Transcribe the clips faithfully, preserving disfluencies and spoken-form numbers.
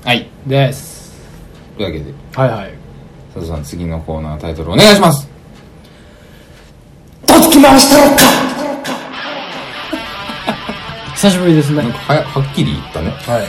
はいです。 というわけで、 はいはい。 佐藤さん、次のコーナータイトルお願いします。 とつき回したろか久しぶりですね。 なんかははっきり言ったね。 はい。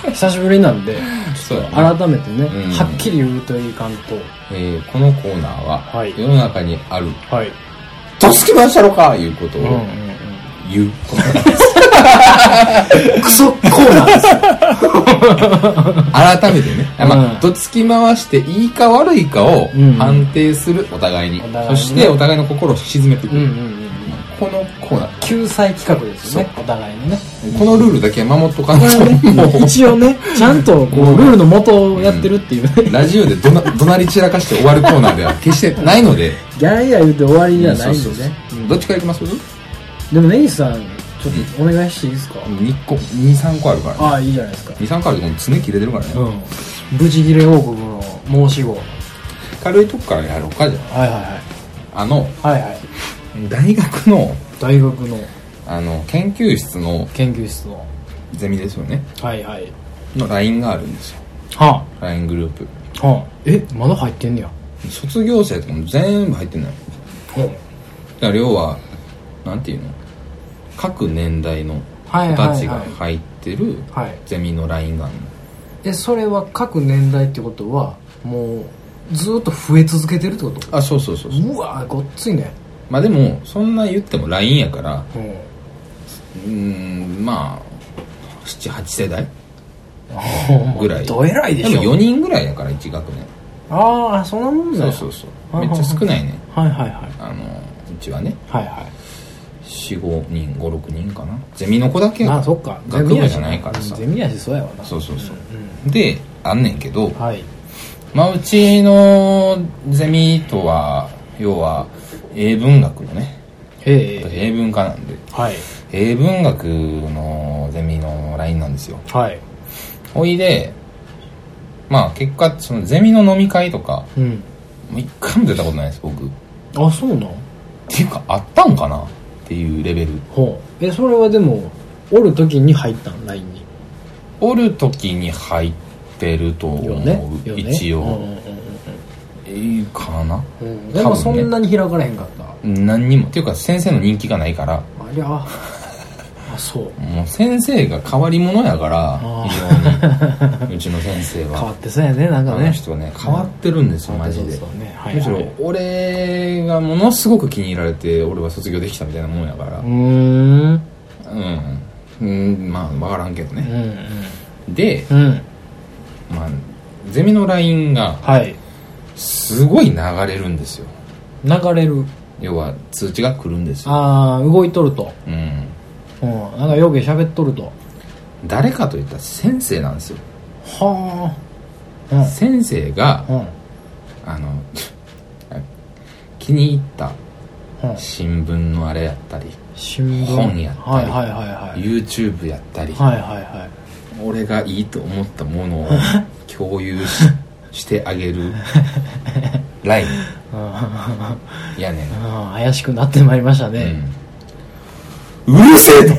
久しぶりなんで、 そうやね、 改めてね、 うん、 はっきり言うといかんと。 えー、このコーナーは、 はい、 世の中にある、 はい。 とつき回したろかいうことを、うんうんうん、言うコーナーです。 クソコーナーです。 改めてね、うん、まあ、どつき回していいか悪いかを判定する、お互いに、うんうん、そしてお互いの心を沈めていく、うんうんうん、このコーナー救済企画ですよね、お互いのね。 このルールだけは守っとかんと、 ね、一応ねちゃんとこうルールの元をやってるっていうね、 うん、ラジオでどな怒鳴り散らかして終わるコーナーでは決してないのでギャーギャー言うて終わりじゃないんでね、そうそうそう、 うん、どっちからいきます？ でもネギさんちょっとお願いしていいですか？ にこにさんこあるからね。 ああ、いいじゃないですか。 にさんこあるけど常切れてるからね、 うん、ブチギレ王国の申し子。 軽いとこからやろうか。じゃあ、はいはいはい、あの、はいはい、大学の大学のあの研究室の研究室のゼミですよね。 はいはいの ライン があるんですよ。 はあ、ライン グループ。 はあ、え、まだ入ってんねや。 卒業生とかも全部入ってんのよ。はあ、だから要はなんていうの、各年代の子たちが入ってるゼミの ライン があるの。 え、それは各年代ってことはもうずっと増え続けてるってこと？ あ、そうそうそうそう。 うわ、ごっついね。 まあでもそんな言っても ライン やから、うん、うーん、まあななはち世代ぐらい。 どえらいでしょ。 でもよにんぐらいやからいち学年。 ああ、そんなもんだよ。 そうそうそう、めっちゃ少ないね。 はいはいはい。あのうちはね、はいはい、よん、ごにん、ご、ろくにんかな。ゼミの子だけ。 あ、そっか。 学部じゃないからさ。 ゼミやしそうやわな。 そうそうそう、うん、であんねんけど、 はい、 まあうちのゼミとは要は英文学のね、英文科なんで、はい、英文学のゼミの ライン なんですよ。はい。おいで、まあ結果そのゼミの飲み会とか、うん、もう一回も出たことないです僕。 あ、そうなん？ っていうかあったんかなっていうレベル。 ほう。え、それはでもおる時に入ったん？ ライン におる時に入ってると思う、ねね、一応、うんうんうん、いいかな、 うん、でもそんなに開かれへんかった、 ね、何にもっていうか先生の人気がないから。 ありゃあ、そう。 もう先生が変わり者やから非常にうちの先生は変わってそうやね、なんかね。 あの人ね変わってるんですよ、うん、マジで。そうそう、ね、はいはい、むしろ俺がものすごく気に入られて俺は卒業できたみたいなもんやから。うーん、うん、うん、まあ分からんけどね、うんうん、で、うん、まあゼミの ライン がすごい流れるんですよ。 流れる、 要は通知が来るんですよ。 ああ、動いとると、うん、うん、なんかよけ喋っとると。 誰かといったら先生なんですよ。 はあ、うん、先生が、うん、あの気に入った新聞のあれやったり、新聞本やったり、はいはいはいはい、YouTube やったり、はいはいはい、俺がいいと思ったものを共有 し, してあげるラインやねん。 怪しくなってまいりましたね、 うん、うるせえと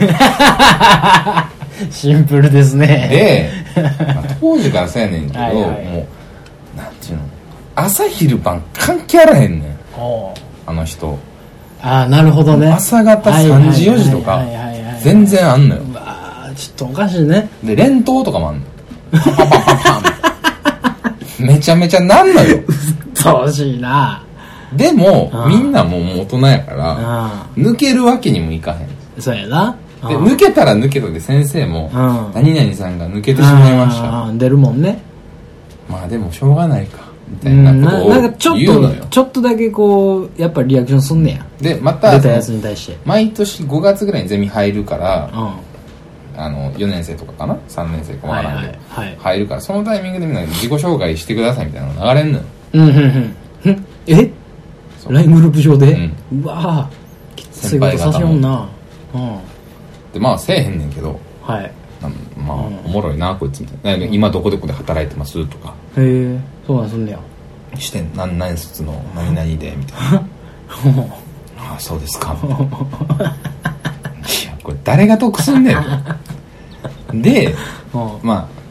シンプルですね。 で、まあ、当時からそうやねんけどはい、はい、もうなんていうの、朝昼晩関係あらへんねんあの人。 ああ、なるほどね。 朝方さんじよじとか全然あんのよ。 うわ、ちょっとおかしいね。 で連投とかもあんの。パンパンパンパンめちゃめちゃなんのよ。 そうしいな。でもみんなもう大人やから抜けるわけにもいかへん。 そうやな。 で抜けたら抜けたで先生も何々さんが抜けてしまいました出るもんね。 まあでもしょうがないかみたいなことを言うのよ。なんかちょっとちょっとだけこうやっぱリアクションすんねや。 でまた出たやつに対して毎年ごがつぐらいにゼミ入るから、うん、あのよねん生とかかなさんねん生かわからんけど、はいはい、入るからそのタイミングでみんな自己紹介してくださいみたいなの流れんのよ。うんうんうん。 え ライン グループ上で、うん、うわぁきついことさせよんな。うんでまあせえへんねんけど、はい、まあ、うん、おもろいなこいつみたいな、うん、今どこどこで働いてますとか、 へえ、そうなんすんねや。 して何々卒の何々でみたいなああそうですかみたいないやこれ誰が得すんねんでまあ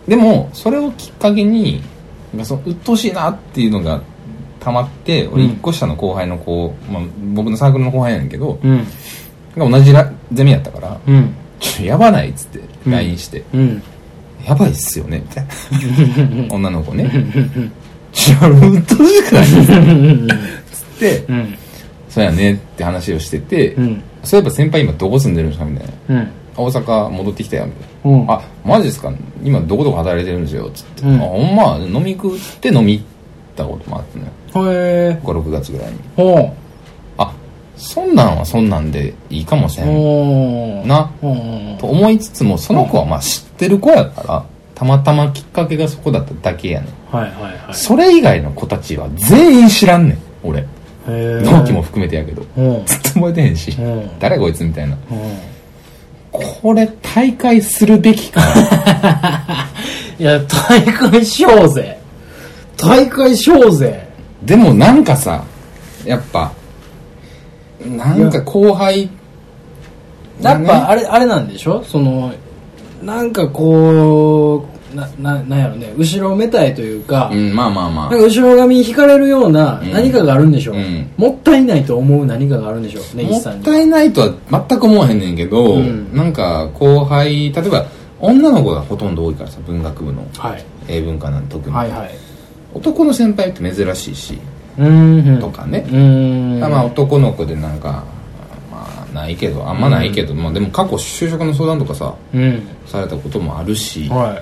でもそれをきっかけにその鬱陶しいなっていうのがたまって、俺いっこ下の後輩の子、まあ、僕のサークルの後輩やねんけど、うん、が同じゼミやったから、うん、ちょっとやばないっつって ライン して、うん、やばいっすよねみたいな女の子ねちょっと鬱陶しくないつって、うん、そうやねって話をしてて、うん、そういえば先輩今どこ住んでるんですかみたいな、うん、大阪戻ってきたよみたいな、うん、あマジですか今どこどこ働いてるんですよつって、うん、あほんま飲み食って飲み行ったこともあってねへごろくがつぐらいにほうあそんなんはそんなんでいいかもしれんなと思いつつもその子はまあ知ってる子やからたまたまきっかけがそこだっただけやねん、はいはいはい、それ以外の子たちは全員知らんねん俺同期も含めてやけどずっと覚えてへんし誰こいつみたいなこれ大会するべきかいや大会しようぜ大会しようぜでもなんかさやっぱなんか後輩やっぱあれあれなんでしょそのなんかこうな、な、なんやろね後ろめたいというか、 うん、まあまあまあなんか後ろ髪に引かれるような何かがあるんでしょ、うん、もったいないと思う何かがあるんでしょねもったいないとは全く思わへんねんけど、うん、なんか後輩例えば女の子がほとんど多いからさ文学部の、はい、英文科なんて特に、はいはい、男の先輩って珍しいしうんとかねうんまあ男の子でなんかまあないけどあんまないけど、うんまあ、でも過去就職の相談とかさ、うん、されたこともあるし、はい、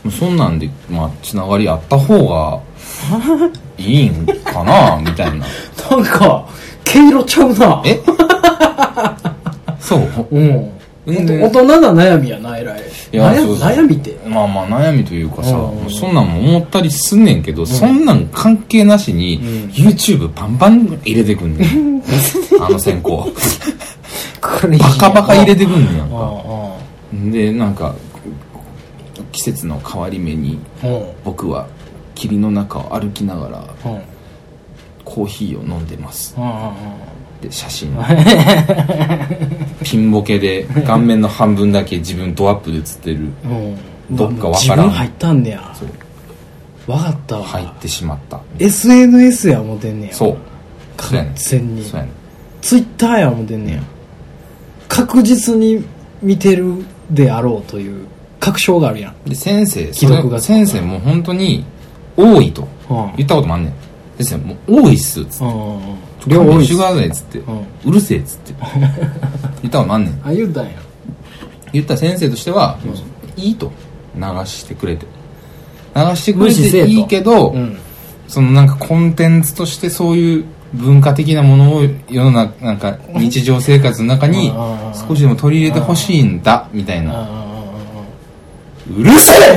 そんなんでまあつながりあった方がいいんかなみたいななんか毛色ちゃうなえそううん大人な悩みやなえらいいや悩, 悩みってまあまあ悩みというかさ、うん、そんなんも思ったりすんねんけど、うん、そんなん関係なしに、うん、YouTube バンバン入れてくんねんあの先行バカバカ入れてくんねんやんかでなんか季節の変わり目に僕は霧の中を歩きながらコーヒーを飲んでますで写真ピンボケで顔面の半分だけ自分ドアップで写ってるどっかわからん自分入ったんねやそう分かったわ入ってしまったエスエヌエス や思てんねやそう完全にそうやねんツイッターや思てんねや、うん、確実に見てるであろうという確証があるやんで先生それ先生も本当に多いと言ったこともあんねん先生もう多いっすっつって量多いっすっつって、うん、うるせえっつって言ったこともあんねんあ言ったんや言った先生としては、うん、いいと流してくれて流してくれていいけど、うん、そのなんかコンテンツとしてそういう文化的なものを世の中なんか日常生活の中に少しでも取り入れてほしいんだみたいなうるせえ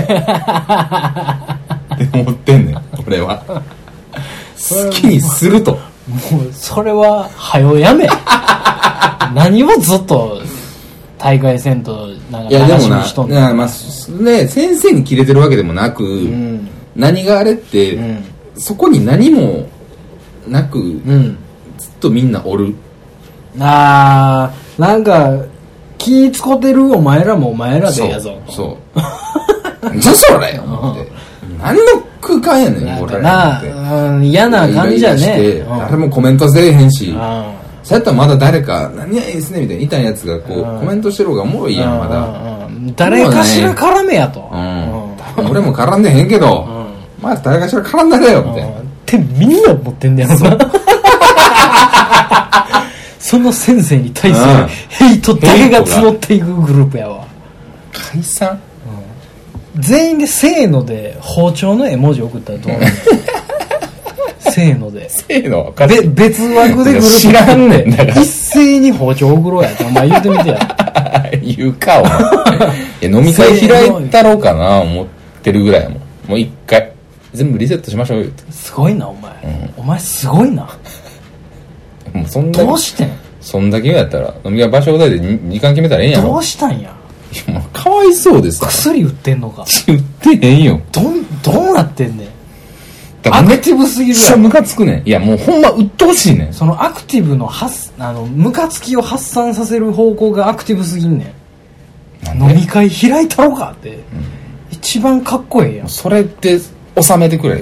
って思ってんねん俺は好きにするともうそれははよやめ何をずっと大会せんとなんか流しにしとんのいやでもな、まあね、先生にキレてるわけでもなく、うん、何があれって、うん、そこに何もなく、うん、ずっとみんなおるあーなんか気使ってるお前らもお前らでやぞそうそうじゃそれよって何の空間やねんこれな、うん、嫌な感じやね誰もコメントせえへんし、うん、そうやったらまだ誰か何やいいですねみたいな痛いやつがこう、うん、コメントしてる方がおもろいやんまだ、 うん、誰かしら絡めやと、 うんうん、俺も絡んでへんけど、うん、まあ誰かしら絡んだれよみたいな、うん、 ってみんな思ってんだよなその先生に対するヘイトだけが募っていくグループやわ解散、 うん、全員でせーので包丁の絵文字送ったらどうなるせーのでせーのべ別枠でグループ知らんねんだから一斉に包丁送ろうやってお前言うてみてや言うかお前いや飲み会開いたろうかな思ってるぐらいやもんもう一回全部リセットしましょうよってすごいなお前、うん、お前すごいなもうそんだけどうしてんそんだけやったら飲み会場所代で時間決めたらええんやろどうしたんやいやもうかわいそうです薬売ってんのか売ってへんよどどうなってんねんアクティブすぎるやろムカつくねんいやもうほんま鬱陶しいねんそのアクティブの発あのムカつきを発散させる方向がアクティブすぎんねん飲み会開いたろかって、うん、 一番かっこいいやん。 それって収めてくれ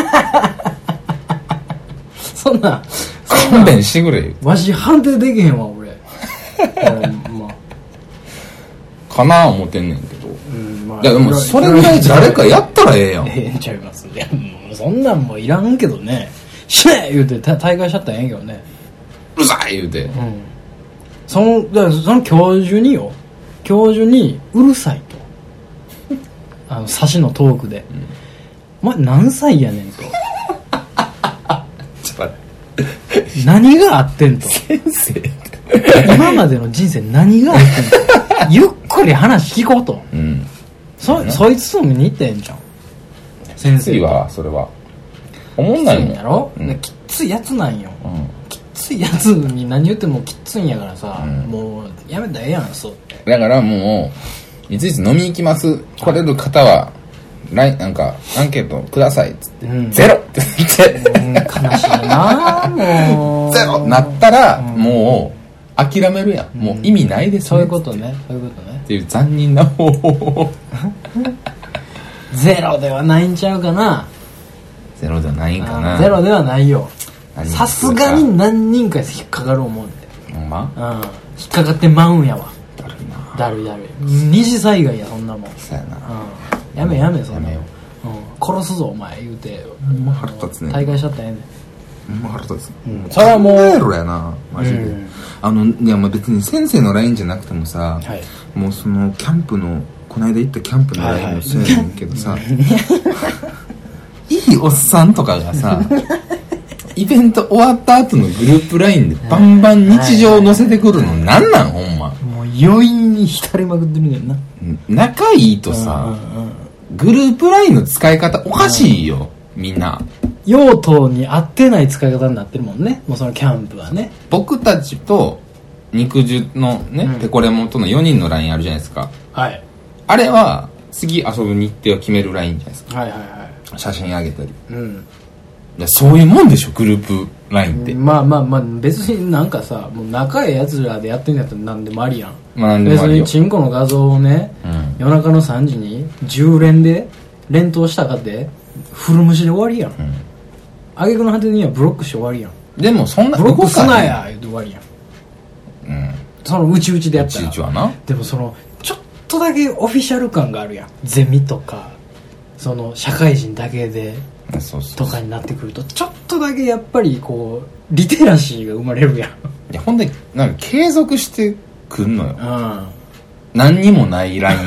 そんな勘弁してくれよ。 わし判定できへんわ俺まあ、かな思ってんねんけど、 うんまあ、 いやでもそれぐらい誰かやったらええやん。 ええんちゃいます。いやもうそんなんもいらんけどね。しねえ言うて大会しちゃったらええんけどね。 うるさい言うて、 うん、そのだからその教授によ教授にうるさいとあの差しのトークで、うん、お前何歳やねんとちょっと待って何があってんと先生今までの人生何があってんとゆっくり話聞こうと、うん、そ, そいつと見に行ってんじゃん先生はそれは思んないもんやろ、うん、きっついやつなんよ、うん、きっついやつに何言ってもきっついんやからさ、うん、もうやめたらええやんそうってだからもういついつ飲み行きます来れる方はラインなんかアンケートくださいっつって、うん、ゼロって言って、 うん、悲しいなもうゼロなったら、うん、もう諦めるやん、うん、もう意味ないですね、 そういうことねそういうことねっていう残忍な方法ゼロではないんちゃうかな。 ゼロではないんかな。 ゼロではないよ。さすがに何人か引っかかる思うんで。 ほんま？ うん。引っかかってまうんやわ。だるいな。だるいだるい。二次災害やそんなもん。 そうやな。 うん。やめやめそんなもん。うん。殺すぞお前言うて。 ほんま腹立つね。 大会しちゃったらええねん。 ほんま腹立つ。 うん。それはもう。 やろやなマジで。うん、あのいやまあ別に先生のラインじゃなくてもさ、はい、もうそのキャンプのこの間行ったキャンプのラインもそうやねんけどさ。はいはいいいおっさんとかがさイベント終わった後のグループラインでバンバン日常を載せてくるのなんなんほんまもう余韻に浸りまくってるねんな。 仲いいとさ、うんうんうん、グループラインの使い方おかしいよ、うん、みんな用途に合ってない使い方になってるもんね。もうそのキャンプはね僕たちと肉汁のね、うん、ペコレモンとのよにんのラインあるじゃないですか。 はいあれは次遊ぶ日程を決めるラインじゃないですか。 はいはいはい写真あげたり、うん、そういうもんでしょグループラインって、 うん、まあまあまあ別になんかさもう仲ええやつらでやってんやったら何でもありやん、 まあ、何でもありよ。 別にチンコの画像をね、うん、夜中のさんじにじゅう連で連投したかって古虫で終わりやん、うん、挙句の果てにはブロックして終わりやん。 でもそんなブロックすなや言うて終わりやん、うん、そのうちうちでやったらうちうちはな。 でもそのちょっとだけオフィシャル感があるやんゼミとかその社会人だけでとかになってくるとちょっとだけやっぱりこうリテラシーが生まれるやん。 いやほんでなんか継続してくんのよ、 うん、 何にもないライン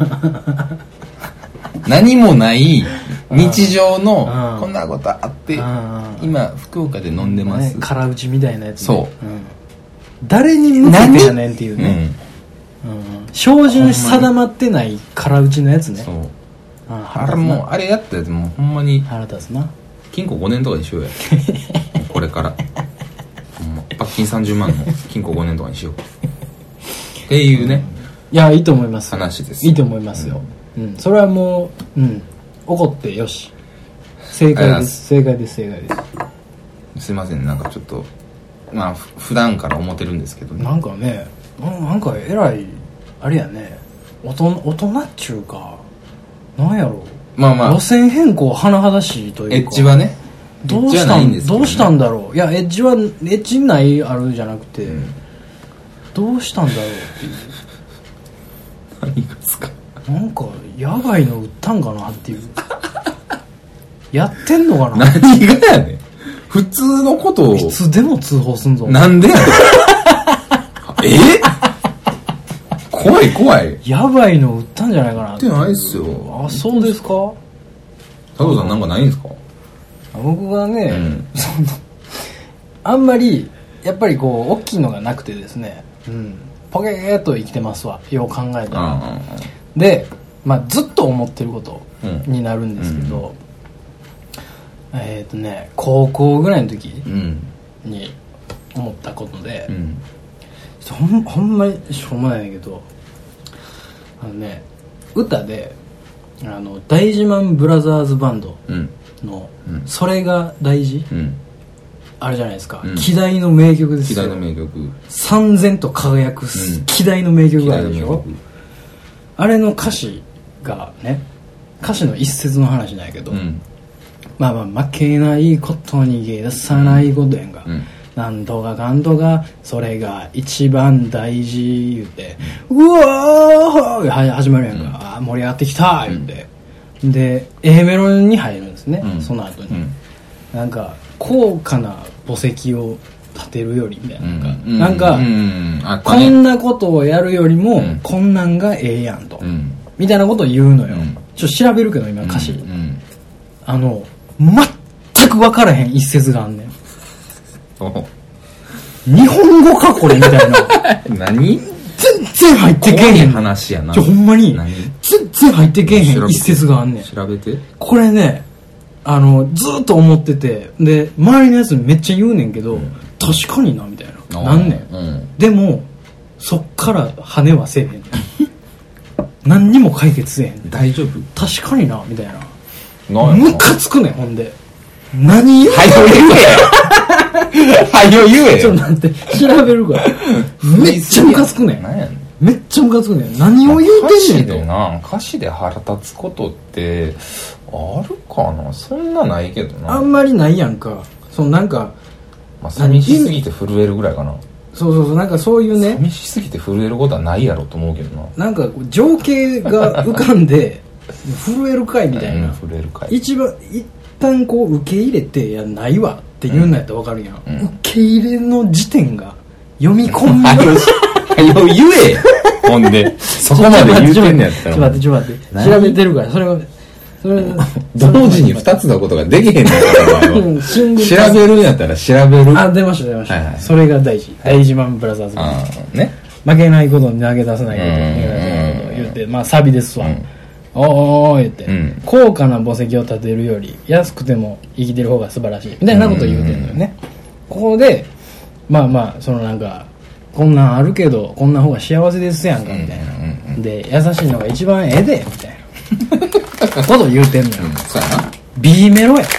何もない日常のこんなことあって今福岡で飲んでます、 ね、空打ちみたいなやつ、ね、 そう、 うん、誰に向けてやねんっていうね、うんうん、標準定まってない空打ちのやつね。 そうあれもうあれやったやつもうほんまに腹立つな。 金庫ごねんとかにしようやこれからほんま罰金さんじゅうまんの金庫ごねんとかにしようっていうね、 いやいいと思います話です。 いいと思いますよ、うんうん、それはもう、うん、怒ってよし正解です正解です正解です。 すいませんなんかちょっとまあ普段から思ってるんですけどね。 なんかねなんかえらいあれやね大人大人っちゅうかなんやろう、 まあまあ路線変更甚だしいというかエッジはねどうしたん、ね、どうしたんだろう。いやエッジはエッジないあるじゃなくて、うん、どうしたんだろうっていう何がですか。 なんかやばいの売ったんかなっていうやってんのかな。 何がやねん普通のことをいつでも通報すんぞ。 なんでやねんえ怖い怖い。 やばいの売ったんじゃないかなってないっすよ。 あそうですか。 佐藤さんなんかないんですか。 僕はね、うん、そのあんまりやっぱりこう大きいのがなくてですね、うん、ポケーっと生きてますわよう考えたら、うんうんうん、で、まあ、ずっと思ってることになるんですけど、うん、えっ、ー、とね高校ぐらいの時に思ったことで、うん、ほん、ほんまにしょうもないんだけどあのね歌であの大自慢ブラザーズバンドの、うん、それが大事、うん、あるじゃないですか、うん、希代の名曲ですよ。 希代の名曲三千と輝く希代の名曲があるでしょ、うん、あれの歌詞がね歌詞の一節の話なんやけど、うん、まあまあ負けないこと逃げ出さないことやんか、うん、なんとかかんとかそれが一番大事言うて、うん、うわー始まるやんか、うん、盛り上がってきた言うて、うん、で A メロに入るんですね、うん、その後に、うん、なんか高価な墓石を立てるよりみたいな、うん、なんか、うん、こんなことをやるよりも、うん、こんなんがええやんと、うん、みたいなことを言うのよ、うん、ちょっと調べるけど今歌詞、うんうん、あの全く分からへん一節があんねん。日本語かこれみたいな何全然入ってけえへん話やな。 ちょほんまに全然入ってけえへん一節があんねん。 調べて。 これね、あのずっと思ってて、で周りのやつめっちゃ言うねんけど、うん、確かになみたいななんねん、うん、でもそっから羽はせえへん何にも解決せえへん。 大丈夫確かになみたいな。ムカつくねん。ほんで何言うはよ言えはよ言えちょっと待って調べるからめっちゃムカつくねん。 何やねん。 めっちゃムカつくねん。何を言うてんねんと。 歌詞でな、歌詞で腹立つことってあるかな。そんなないけどな。 あんまりないやんか。そのなんか、 まあ、寂しすぎて震えるぐらいかな。 そうそうそう、なんかそういうね、 寂しすぎて震えることはないやろと思うけどな。 なんか情景が浮かんで震えるかいみたいな、 うん、震えるかい。 一番一旦こう受け入れて、いやないわって言うんやったら分かるやん、うん、受け入れの時点が読み込みのはよ言えほんでそこまで言うてんねやったらちょっと待ってちょっと待って調べてるからそれはそれ同時に二つのことができへんねんから調べるんやったら調べる。 あ出ました出ました、はいはい、それが大事、はい、大事マンブラザーズあね、 負けないことに投げ出さないこと、投げ出さないこと言って、まあサビですわ、うん、おー言って、うん、高価な墓石を建てるより安くても生きてる方が素晴らしいみたいなことを言うてるのよね、うん、ここでまあまあそのなんかこんなんあるけどこんな方が幸せですやんかみたいな、うんうんうん、で優しいのが一番ええでみたいなことを言うてんのよ、うん、 そうやな B メロや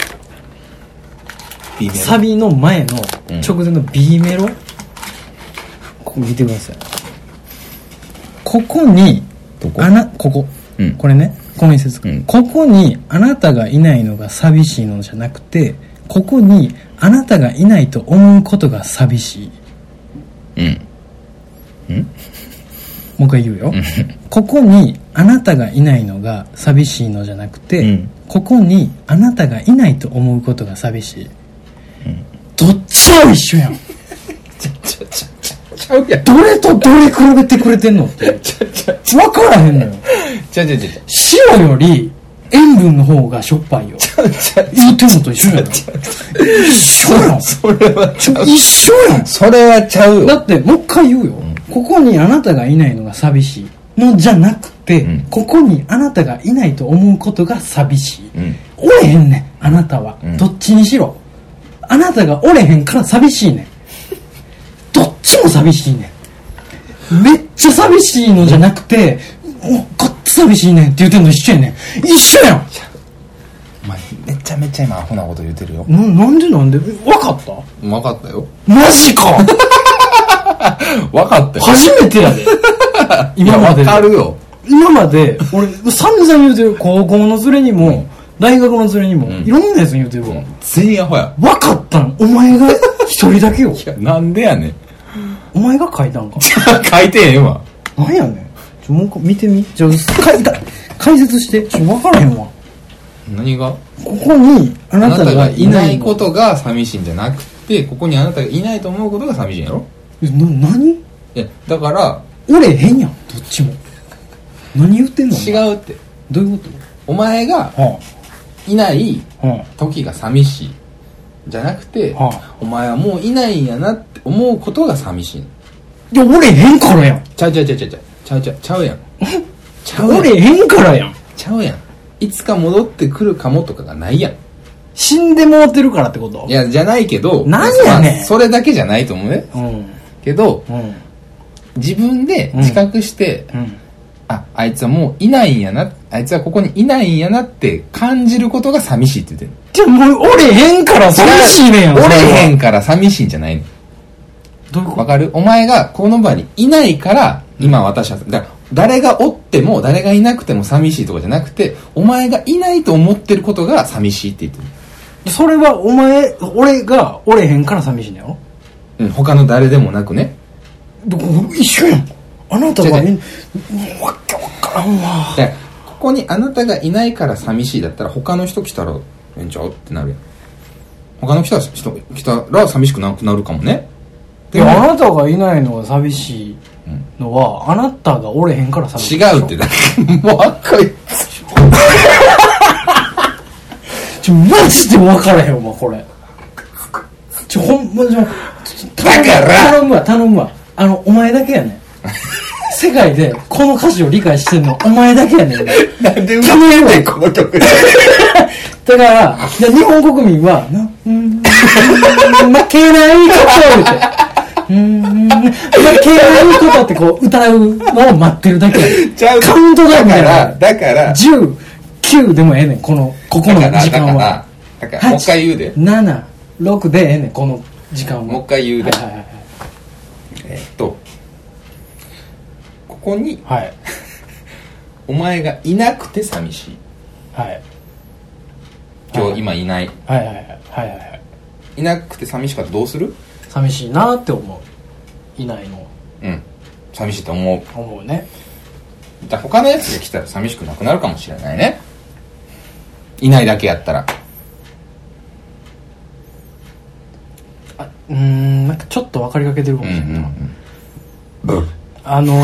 B メロサビの前の直前の B メロ、うん、ここ見てください。ここにどこあなここ、うん、これねこの一節、うん、ここにあなたがいないのが寂しいのじゃなくてここにあなたがいないと思うことが寂しい。 うんうんもう一回言うよここにあなたがいないのが寂しいのじゃなくて、うん、ここにあなたがいないと思うことが寂しい、うん、どっちも一緒やんちゃちゃちゃちゃうやん。 どれとどれ比べてくれてんのってちゃちゃちゃ分からへんのよ。 ちゃちゃちゃちゃ塩より塩分の方がしょっぱいよ。ちゃちゃ言うてんのと一緒やん。一緒やん。 それはちゃう。 一緒やん。 それはちゃうよ。 だってもう一回言うよ、うん、ここにあなたがいないのが寂しいのじゃなくて、うん、ここにあなたがいないと思うことが寂しい、うん、おれへんねんあなたは、うん、どっちにしろあなたがおれへんから寂しいねんどっちも寂しいねん。めっちゃ寂しいのじゃなくておこっち寂しいねんって言ってんの一緒やねん。一緒やん。 お前めちゃめちゃ今アホなこと言ってるよ。 な, なんでなんで分かった分かったよ。 マジか分かったよ。 初めてやで今まで分かるよ。 今まで俺散々言うてる。高校の連れにも、うん、大学の連れにも、うん、いろんなやつに言うてるわ、うん、 全員アホや。 分かったんお前が一人だけよ。 いやなんでやねん。 お前が書いたんか書いてへんわ。 なんやねん。ちょもう見てみ。ちょ書いた解説して。ちょ分からへんわ。 何が。 ここにあなたがいないことが寂しいんじゃなくてここにあなたがいないと思うことが寂しいんやろ。 な何。いやだからおれへんやんどっちも。何言ってんの。 違うって。 どういうこと。 お前がいない時が寂しいじゃなくて、はあ、お前はもういないんやなって思うことが寂しい。 いやおれへんからやん。 ちゃうちゃうちゃうちゃうちゃうちゃうちゃうやんちゃうやん。おれへんからやん。 ちゃうやん。いつか戻ってくるかもとかがないやん。 死んでもうてるからってこと。 いやじゃないけど何やねん、 まあ、それだけじゃないと思うね、うん、けど、うん、自分で自覚して、うんうん、ああいつはもういないんやな、あいつはここにいないんやなって感じることが寂しいって言ってる。 じゃあもうおれへんから寂しいねん。 おれへんから寂しいんじゃないの。 どういうこと。 わかる。お前がこの場にいないから今私はだから誰がおっても誰がいなくても寂しいとかじゃなくて、お前がいないと思ってることが寂しいって言ってる。 それはお前俺がおれへんから寂しいんだよ。 うん、他の誰でもなくね。 一緒やん。あなたがいわけわからんわ。 でここにあなたがいないから寂しいだったら、他の人来たらええんちゃうってなるやん。他の人は人来たら寂しくなくなるかもね。 でもあなたがいないのが寂しいのは、うん、あなたがおれへんから寂しい。 違うってだけ。もう赤いちょマジで分からへんわこれ。ちょほんまじゃだから頼むわ頼むわ。あのお前だけやねん。世界でこの歌詞を理解してんのお前だけやねん。 なんで歌えんねんこの曲。 だから日本国民はなうん負けないことってうん負けないことってこう歌うのを待ってるだけやねん。カウントダウンみたいな。 だからじゅうきゅうでもええねんこのここの時間は。 だからだからもう一回言うで。 ななろくでええねんこの時間は。 もう一回言うで。 はいはいはい、 えー、っとここに、 はい、 お前がいなくて寂しい。 はい。 今日今いない。 はいはいはいはいはい。 いなくて寂しかったらどうする？ 寂しいなって思う。いないの。 うん。寂しいと思う。 思うね。 じゃあ他のやつが来たら寂しくなくなるかもしれないね。いないだけやったら。 あ、うーん、なんかちょっと分かりかけてるかもしれない。うんうんうん、あのー、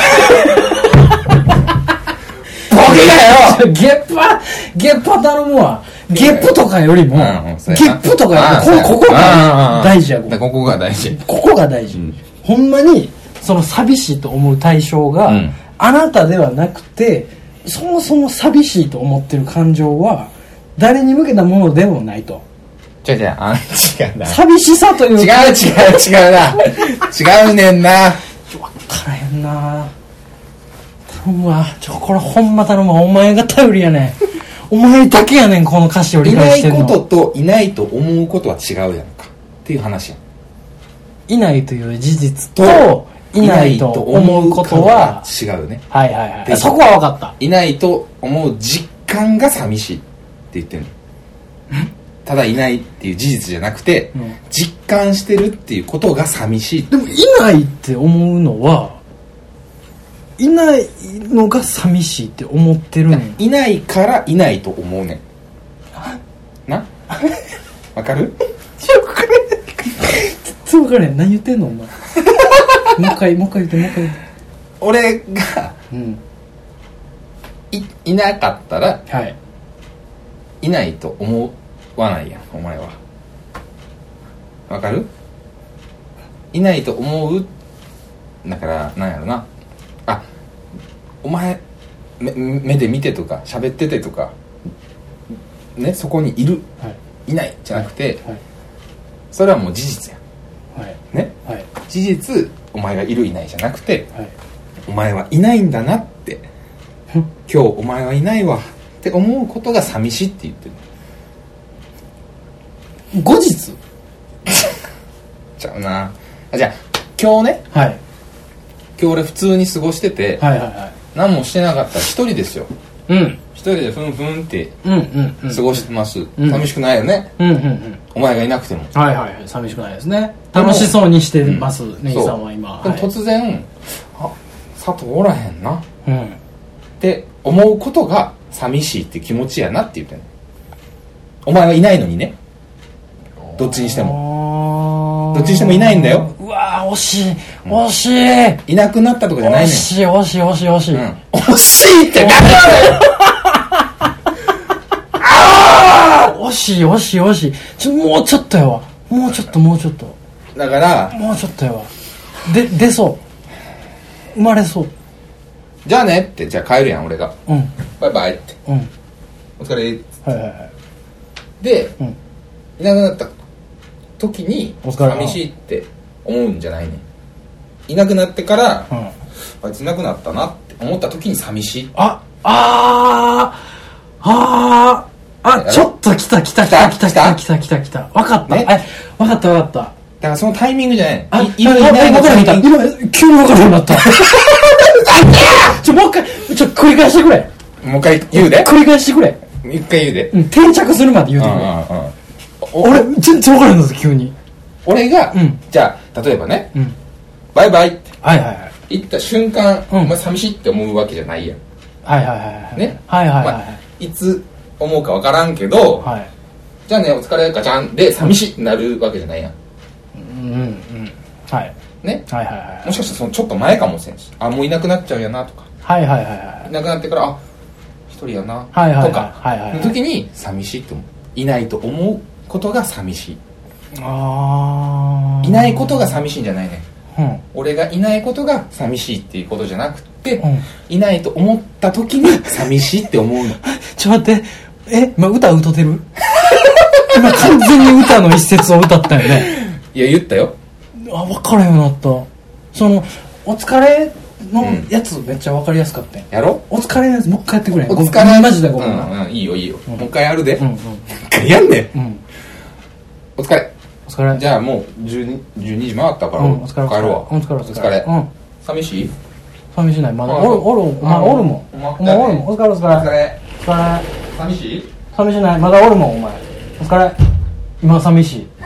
ボケだよ。 ゲッパゲッパ頼むわ。ゲップとかよりも、うんうん、ゲップとかよりもここが大事や。 ここが大事。 ここが大事。うん、ほんまにその寂しいと思う対象が、うん、あなたではなくて、そもそも寂しいと思ってる感情は誰に向けたものでもないと。 違う違う、あ違うな。 寂しさという違う違う違うな。違うねんな。 分からへんな。頼むわ。ちょこれほんま頼むわ。お前が頼りやねん。お前だけやねんこの歌詞を理解してんの。 いないことといないと思うことは違うやんかっていう話やん。 いないという事実といないと思うことは違うよね。 はいはいはい。そこは分かった。 いないと思う実感が寂しいって言ってんの。ただいないっていう事実じゃなくて、うん、実感してるっていうことが寂しい。 でもいないって思うのはいないのが寂しいって思ってるねん。 いないからいないと思うねんな。わかる？ ちょっと分かれ全然分かれへん。何言ってんのお前。もう一回もう一回言ってもう一回言って。 俺が、うん、い, いなかったら、はい、いないと思わないやんお前は。わかる？いないと思う。だからなんやろな、あ、お前目, 目で見てとか喋っててとかね、そこにいる、はい、いないじゃなくて、はい、それはもう事実や、はい、ね、はい、事実お前がいるいないじゃなくて、はい、お前はいないんだなって今日お前はいないわって思うことが寂しいって言ってる。後日ちゃうなあ。じゃあ今日ね、はい、今日俺普通に過ごしてて、はいはいはい、何もしてなかったら一人ですよ。うん。一人でふんふんって過ごしてます。うんうんうん、寂しくないよね。うんうんうん。お前がいなくても。 はいはいはい。寂しくないですね。楽しそうにしてます、ネギさんは今。 でも突然、あ、佐藤おらへんな。うん。って思うことが寂しいって気持ちやなって言ってんの。お前はいないのにね。どっちにしても。どっちにしてもいないんだよ。 うわー惜しい惜しい、 いなくなったとかじゃないねん。惜しい惜しい惜しい惜しい、うん、 惜しいって何だよあ惜しい惜しい惜しい。ちょもうちょっとやわ。もうちょっともうちょっとだからもうちょっとやわ。で出そう生まれそう。 じゃあねって、じゃあ帰るやん俺が、うん、バイバイって、うん、お疲れ、はいはいはい、で、うん、いなくなった時に寂しいって思うんじゃないね。いなくなってから、うん、あいついなくなったなって思った時に寂しい。 あああああちょっと来た来た来た来た来た来た来た来た分かった、ね、え分かった分かった。だからそのタイミングじゃない。 あいいないのタイミング。今急に分かるようになったちょもう一回ちょ繰り返してくれ。 もう一回言うで。 繰り返してくれ。 一回言うで。 うん、定着するまで言うてくれ。うんうん、俺全然分からんのです急に。 俺が、うん、じゃあ例えばね、うん、バイバイって、はいはいはい、言った瞬間、うん、お前寂しいって思うわけじゃないやん。 はいはいはいね、 はいはいはい、まあ、 いつ思うか分からんけど、はい、じゃあねお疲れガチャンで寂しいってなるわけじゃないやん。 うんうんはいね、 はいはいはい、 もしかしたらそのちょっと前かもしれんし、あもういなくなっちゃうやなとか、 はいはいはいはい、 いなくなってからあ一人やな、 はいはいはい、 とか、はいはいはい、の時に寂しいって思う。いないと思うことが寂しい。あいないことが寂しいんじゃないね、うん、俺がいないことが寂しいっていうことじゃなくて、うん、いないと思った時に寂しいって思うの。 ちょっと待って、え今歌歌ってる？今完全に歌の一節を歌ったよね。 いや言ったよ。 あ分からんようになった。そのお疲れのやつめっちゃ分かりやすかったんやろ。 お疲れのやつもう一回やってくれ。 お疲れマジでごめんな、 うんうん、いいよいいよ、うん、もう一回やるで、うんうん、もう一回やんね、うん、お疲れお疲れ。 じゃあもうじゅうにじ回ったから、うん、お疲れ帰るわ。 お疲れお疲れ、うん、 寂しい？ 寂しない。まだおるおるお前おるもん。お前おるもん。お疲れお疲れお疲れお疲れ。 寂しい？ 寂しない。まだおるもんお前。お疲れ。今寂しい。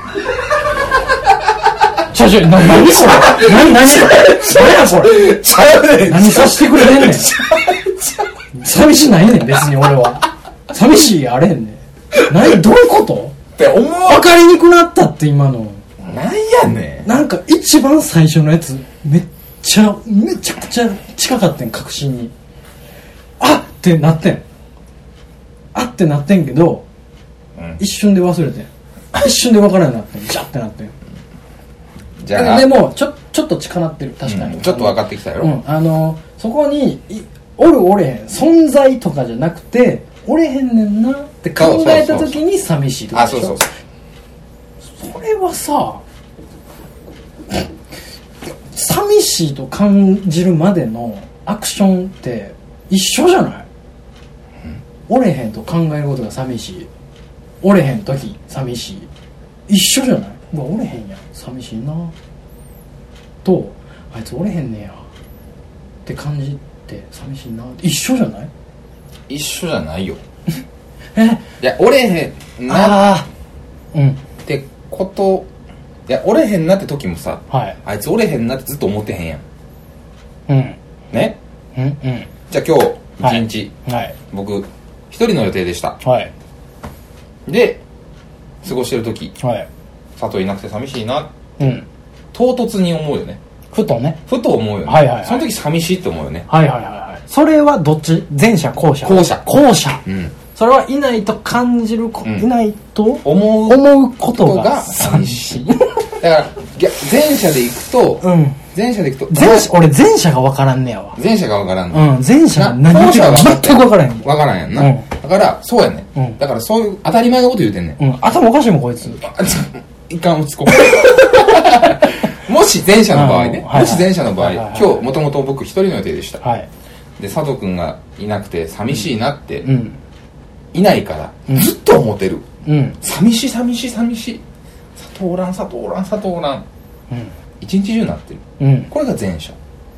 ちょちょな何それ。何何何やこれ。ちゃうねん。何さしてくれてんねん。寂しないねん別に俺は。寂しいあれへんねん。何どういうこと？って思う。分かりにくなったって今の。 なんやねん。 なんか一番最初のやつめっちゃめちゃくちゃ近かったん確信に。あってなってん。あってなってんけど、うん、一瞬で忘れてん。一瞬で分からんようになってん。ジャってなってん。じゃあでもちょちょっと近なってる確かに、 うん、ちょっと分かってきたよ。 うん、あのそこにおるおれへん存在とかじゃなくておれへんねんなって考えた時に寂しいってことでしょ。あそうそうそう。それはさ寂しいと感じるまでのアクションって一緒じゃない？うん、おれへんと考えることが寂しい。おれへん時寂しい。一緒じゃない？うわおれへんやん寂しいなとあいつおれへんねやって感じて寂しいなって一緒じゃない？ 一緒じゃないよ。 えいやおれへんなあ、うん、ってこといやおれへんなって時もさ、はい、あいつおれへんなってずっと思ってへんやん。うんね、うんうん、じゃあ今日一日、はいはい、僕一人の予定でした、はい、で過ごしてる時、はい、佐藤いなくて寂しいな、うん、唐突に思うよね。 ふとねふと思うよね、はいはいはい、その時寂しいって思うよね。 はいはいはいはい。それはどっち？前者後者？ 後者後者、うん、それはいないと感じる、うん、いないと思う思うことが寂しい。だから前者でいくと、うん、前者でいくと前者俺前者が分からんねやわ。 前者が分からんの、うん、前者が何言ってるか全く分からん。 分からんやんな、うん、だからそうやね、うん、だからそういう当たり前のこと言うてんねん、 うん、頭おかしいもんこいつ。 いかん落ち着こう。もし前者の場合ね、はいはい、もし前者の場合、はいはいはい、今日もともと僕一人の予定でした、はい、で佐藤くんがいなくて寂しいなって、うん、いないから、うん、ずっと思ってる、うん、寂しい寂しい寂しい佐藤おらん佐藤おらん佐藤おらん、うん、一日中なってる、うん、これが前者。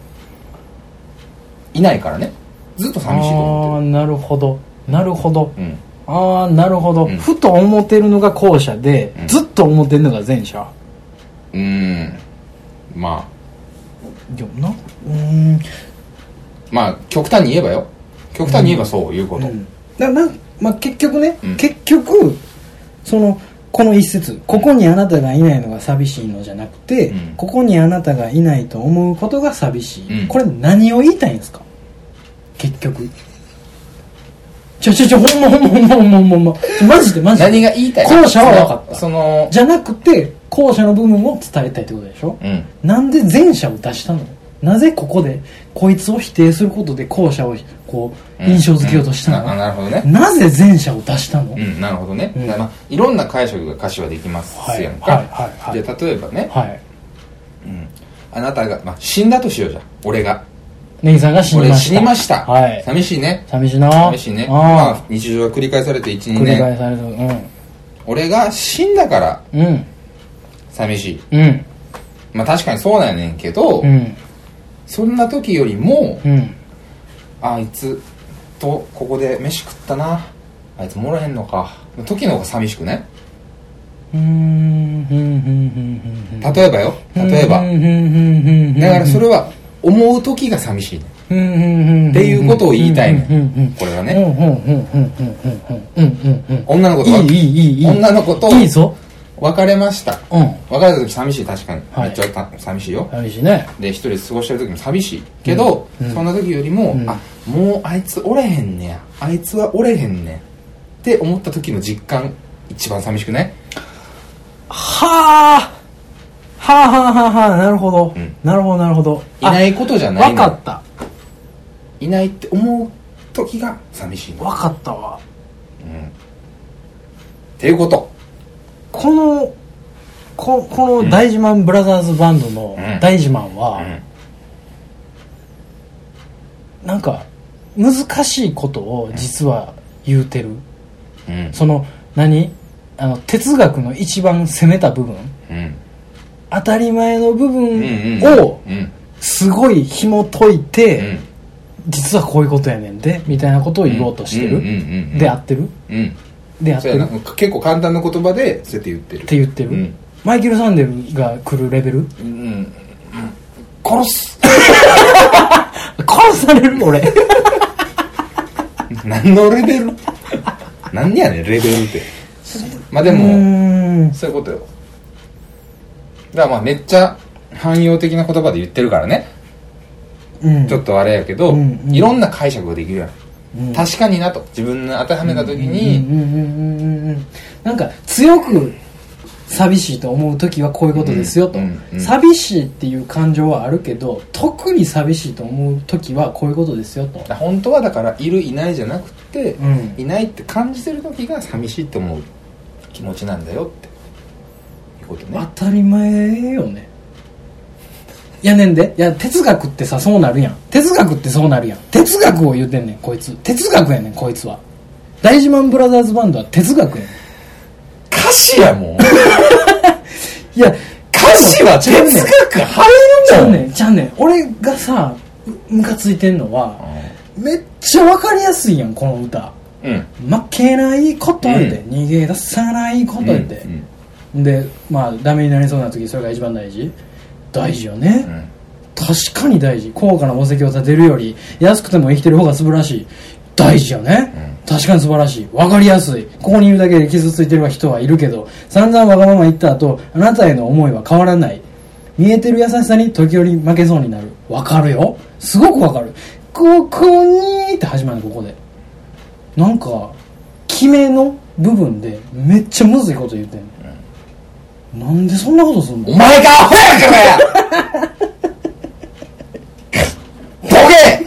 いないからねずっと寂しいと思ってる。 ああなるほどなるほど、うん、ああなるほど、うん、ふと思ってるのが後者で、うん、ずっと思ってるのが前者。 うーんまあでもなうーんまあ極端に言えばよ極端に言えばそういうこと、うん、 ななまあ、結局ね、うん、結局そのこの一節ここにあなたがいないのが寂しいのじゃなくて、うん、ここにあなたがいないと思うことが寂しい、うん、これ何を言いたいんですか結局。ちょちょちょほんまほんまほんまほんまほんまほんまマジでマジで何が言いたい後者は分かった。 そのじゃなくて後者の部分を伝えたいってことでしょ、うん、なんで前者を出したの？なぜここでこいつを否定することで後者をこう印象づけようとしたの、うんうん、 な, なるほどね。 なぜ前者を出したの、 うん、なるほどね、うんまあ、いろんな解釈が歌詞はできますやんか、はいはいはいはい、で例えばね、はいうん、あなたが、まあ、死んだとしようじゃん。俺がネギさんが死にました。 俺死にました、はい、寂しいね寂しいな寂しいね。あ、まあ、日常が繰り返されて いち,に 年繰り返されて、うん、俺が死んだから、うん、寂しい、うん、まあ確かにそうなんやねんけど、うん、そんな時よりも、うん、 あいつとここで飯食ったな、あいつもらえんのか時の方が寂しくね。 うーん例えばよ、例えばだからそれは思う時が寂しいねっていうことを言いたいね。これはね、女の子といいいいいい女の子といいぞ別れました、 うん、 別れた時寂しい、確かに、はい、めっちゃ寂しいよ。 寂しいね。 で一人で過ごしてる時も寂しいけど、うん、そんな時よりも、うん、あもうあいつおれへんねや、あいつはおれへんねんって思った時の実感一番寂しくね。 はあはあはあはあはあ、なるほど、うん、なるほどなるほど。 いないことじゃないの。分かった。 いないって思う時が寂しいの。 分かったわ。 うんっていうこと。 このここの大自慢ブラザーズバンドの大自慢は、うん、なんか難しいことを実は言うてる、うん、その何あの哲学の一番攻めた部分、うん、当たり前の部分をすごい紐解いて、うん、実はこういうことやねんでみたいなことを言おうとしてる、で合ってる、うんでやってる。 結構簡単な言葉でそうやって言ってるって言ってる、うん、マイケル・サンデルが来るレベル、うんうん、 殺す殺される俺何のレベル何やねんレベルってまあでもそういうことよ。だからまあめっちゃ汎用的な言葉で言ってるからね、うん、ちょっとあれやけど、うんうん、いろんな解釈ができるやん。うん、確かになと自分の当てはめた時になんか強く寂しいと思う時はこういうことですよと、うんうんうん、寂しいっていう感情はあるけど特に寂しいと思う時はこういうことですよと。 本当はだからいるいないじゃなくて、うん、いないって感じてる時が寂しいと思う気持ちなんだよっていうことね。 当たり前よね。いやねんで、いや哲学ってさそうなるやん。哲学ってそうなるやん。哲学を言うてんねんこいつ。哲学やねんこいつは。大自慢ブラザーズバンドは哲学やねん。 歌詞やもんいや歌詞は哲学入るちゃうねんちゃうねん。俺がさムカついてんのは、うん、めっちゃ分かりやすいやんこの歌、うん、負けないことで、うん、逃げ出さないことで、うんうん、でまあダメになりそうな時それが一番大事大事よね、うん、確かに大事。高価な宝石を建てるより安くても生きてる方が素晴らしい。大事よね、うん、確かに素晴らしい。分かりやすい。ここにいるだけで傷ついてる人はいるけど散々わがまま言った後あなたへの思いは変わらない。見えてる優しさに時折負けそうになる。分かるよすごく分かる。ここにって始まる。ここでなんか決めの部分でめっちゃむずいこと言ってんの、うん、なんでそんなことすんの。 お前がアホやからやボケ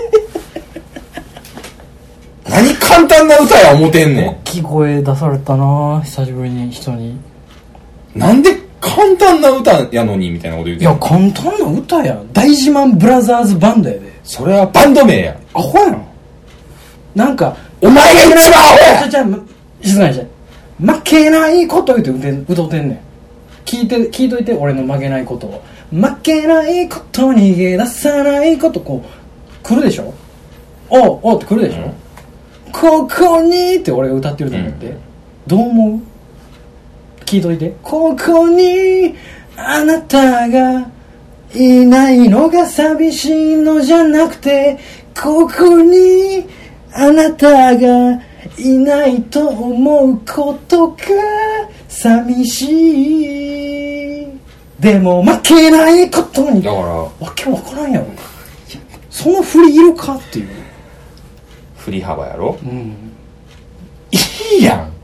何簡単な歌や思てんねん。 大きい声出されたな久しぶりに人に。 なんで簡単な歌やのにみたいなこと言うてんの。 いや簡単な歌やん。大自慢ブラザーズバンドやで。 それはバンド名や。 アホやん。なんかお前が一番アホや。 ちゃちゃ静かにして。負けないこと言うて歌うてんねん。聞いて聞いといて俺の負けないことを。負けないこと逃げ出さないことこう来るでしょ。おうおうって来るでしょ、うん、ここにって俺が歌ってると思って、うん、どう思う。聞いといて。ここにあなたがいないのが寂しいのじゃなくてここにあなたがいないと思うことが寂しい。でも負けないことに。 だからわけわからんやろ。その振りいるかっていう。 振り幅やろ、うん、いいやん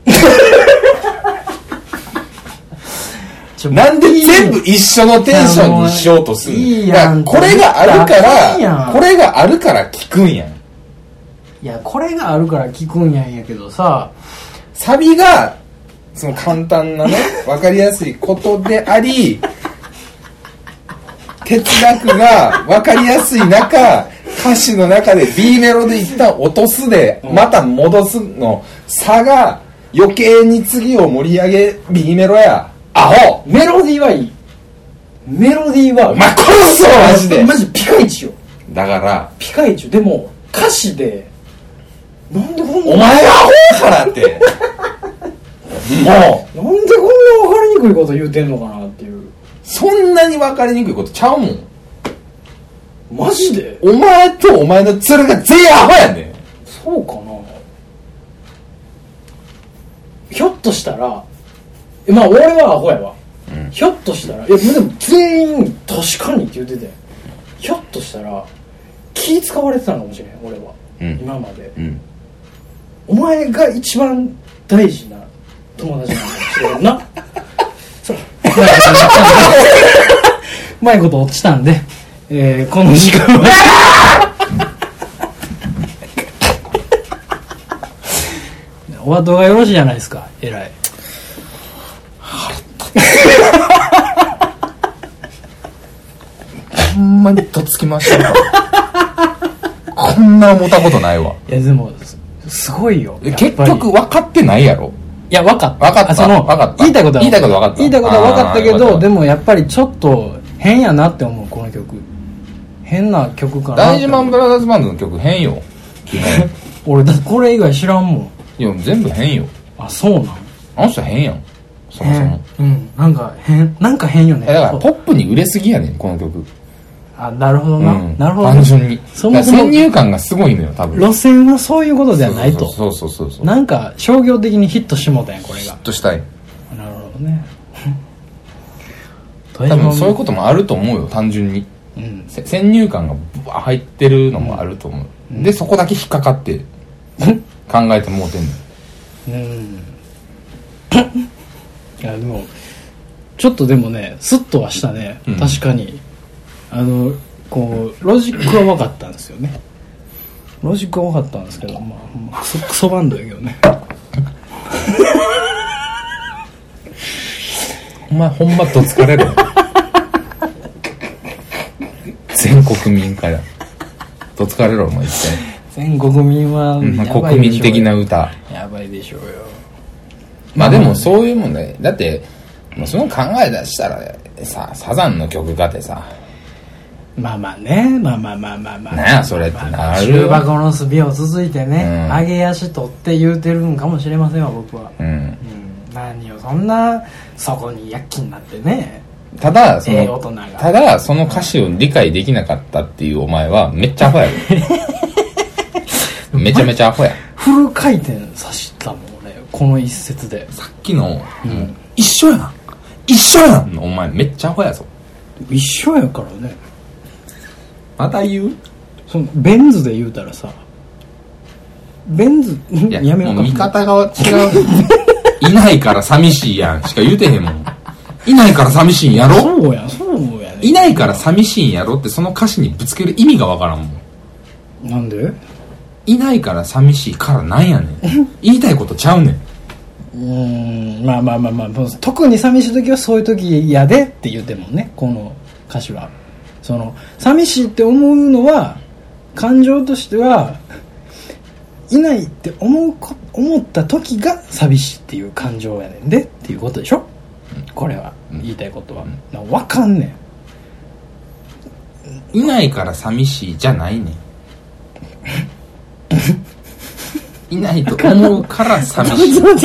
なんで全部一緒のテンションにしようとするの。いいやん。これがあるからこれがあるから聞くんやん。 いやこれがあるから聞くんやんやけどさ、 サビがその簡単なね分かりやすいことであり哲学が分かりやすい中歌詞の中で B メロで一旦落とすでまた戻すの差が余計に次を盛り上げ B メロや。アホ。 メロディーはいい。メロディーはお前殺すぞマジで。 マジピカイチよ。 だからピカイチでも歌詞でなんでこんなお前がアホやからってもうなんでこんな分かりにくいこと言うてんのかなっていう。 そんなに分かりにくいことちゃうもん。 マジでお前とお前の鶴が全員アホやねん。 そうかな。ひょっとしたらまあ俺はアホやわ、うん、ひょっとしたらいやでも全員確かにって言ってて、ひょっとしたら気使われてたのかもしれん俺は、うん、今まで、うん、お前が一番大事な友達なんかもしれんなそううまいこと落ちたんで、えー、この時間はお後がよろしいじゃないですか。えらいほんまにとっつきましたこんな思ったことないわ。 いやでもすごいよ。 結局分かってないやろ。 いや分かった。 分かった。 その分かった。 言いたいことは言いたいこと分かった。 言いたいことは分かったけど、でもやっぱりちょっと変やなって思う。この曲変な曲かな。 大事マンブラザーズバンドの曲変よ俺だこれ以外知らんもん。 いや全部変よ。 あそうなん。 あの人変やんそもそも。 うんなんか変なんか変よね。 だからポップに売れすぎやねんこの曲。 あなるほどな、うん、なるほど、ね、 単純にそもそも先入観がすごいのよ多分。 路線はそういうことではないと。 そうそうそうそう。 なんか商業的にヒットしてもうたんやこれが。ヒットしたい。 なるほどね多分そういうこともあると思うよ単純に、うん、先入観がブワー入ってるのもあると思う、うん、でそこだけ引っかかって考えてもうてんの。うんいやでもちょっとでもねスッとはしたね、うん、確かにあのこうロジックは分かったんですよね。ロジックは分かったんですけどまあクソクソバンドやけどねお前ほんまどつかれる全国民からどつかれろお前一体。 全国民は、 うんまあ、国民的な歌やばいでしょうよ。 まあでもそういうもんね。だってもうその考え出したらさサザンの曲かってさまあまあねまあまあまあまあまあなんやそれってなるよ。重箱の隅を続いてね、うん、上げ足取って言うてるんかもしれませんわ僕は、うんうん、何よそんなそこに躍起になってね。 ただその、えー、大人がただその歌詞を理解できなかったっていうお前はめっちゃアホやめちゃめちゃアホや。 フル回転さしたもん俺この一節で。 さっきの、うん、一緒やな一緒やんお前めっちゃアホやぞ。 一緒やからね。 また言うそのベンズで言うたらさベンズいややめようか。もう見方が違ういないから寂しいやんしか言うてへんもん。いないから寂しいんやろ。 そうやそうやね。 いないから寂しいんやろってその歌詞にぶつける意味がわからんもん。なんでいないから寂しいからなんやねん言いたいことちゃうねん。 うーんまあまあまあまあ特に寂しい時はそういう時やでって言うてもねこの歌詞は。その寂しいって思うのは感情としてはいないって思うこ思った時が寂しいっていう感情やねんでっていうことでしょ、うん、これは、うん、言いたいことは、うん、分かんねん。いないから寂しいじゃないねんいないと思うから寂しい。 食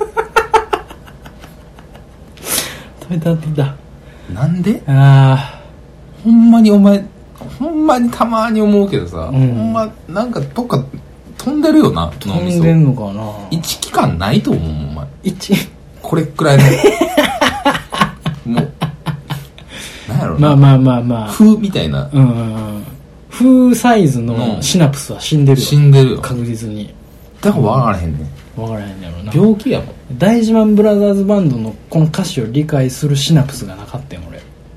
べたってきた。 なんで？ ああほんまにお前ほんまにたまに思うけどさ、うん、ほんまなんかどっか飛んでるよな。 飛んでんのかな。 一期間ないと思うもんお前。 一これくらいのもうなんやろな。 まあまあまあまあ風みたいな、うんうんうん風サイズのシナプスは死んでるよ。 死んでるよ確実に。 だから分からへんねん。 分からへんやろな。 病気やもん。 大事マンブラザーズバンドのこの歌詞を理解するシナプスがなかったよ俺。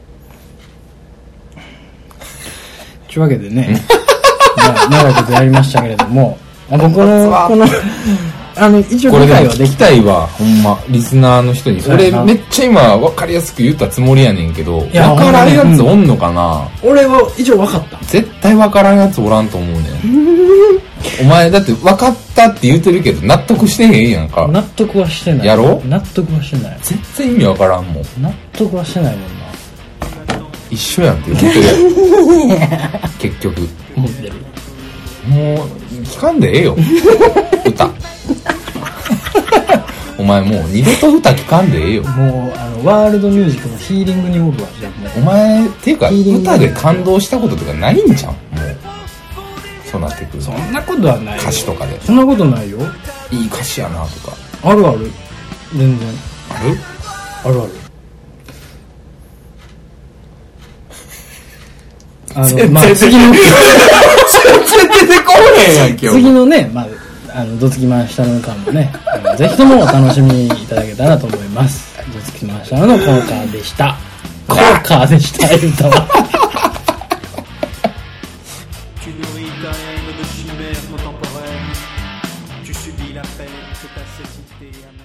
というわけでねまあ長いことやりましたけれどもあ僕のこのあの一応理解はできたいわほんまリスナーの人に。俺めっちゃ今分かりやすく言ったつもりやねんけど分からんやつおんのかな、 うん、俺は一応分かった。 絶対分からんやつおらんと思うねんお前だって分かったって言ってるけど納得してへんやんか。 納得はしてない。 やろ。 納得はしてない。 全然意味分からんもん。 納得はしてないもんな。 一緒やんって言ってるやん結局思ってる。 もう聞かんでええよ歌お前もう二度と歌聞かんでええよ。 もうあのワールドミュージックのヒーリングにおるわ。じゃあお前っていうか歌で感動したこととかないんじゃん。もうそうなってくる。 そんなことはないよ。 歌詞とかでそんなことないよ。 いい歌詞やなとか。 あるある。全然あるあるある。あのまあ次の全然出てこへんやん今日。 次のね、まああのどつき回したのかもね、ぜひともお楽しみいただけたらと思います。どつき回したのの効果でした。効果でした言うたわ。Tu nourris ta haine de chimères contemporaines. Tu subis la peine que ta cécité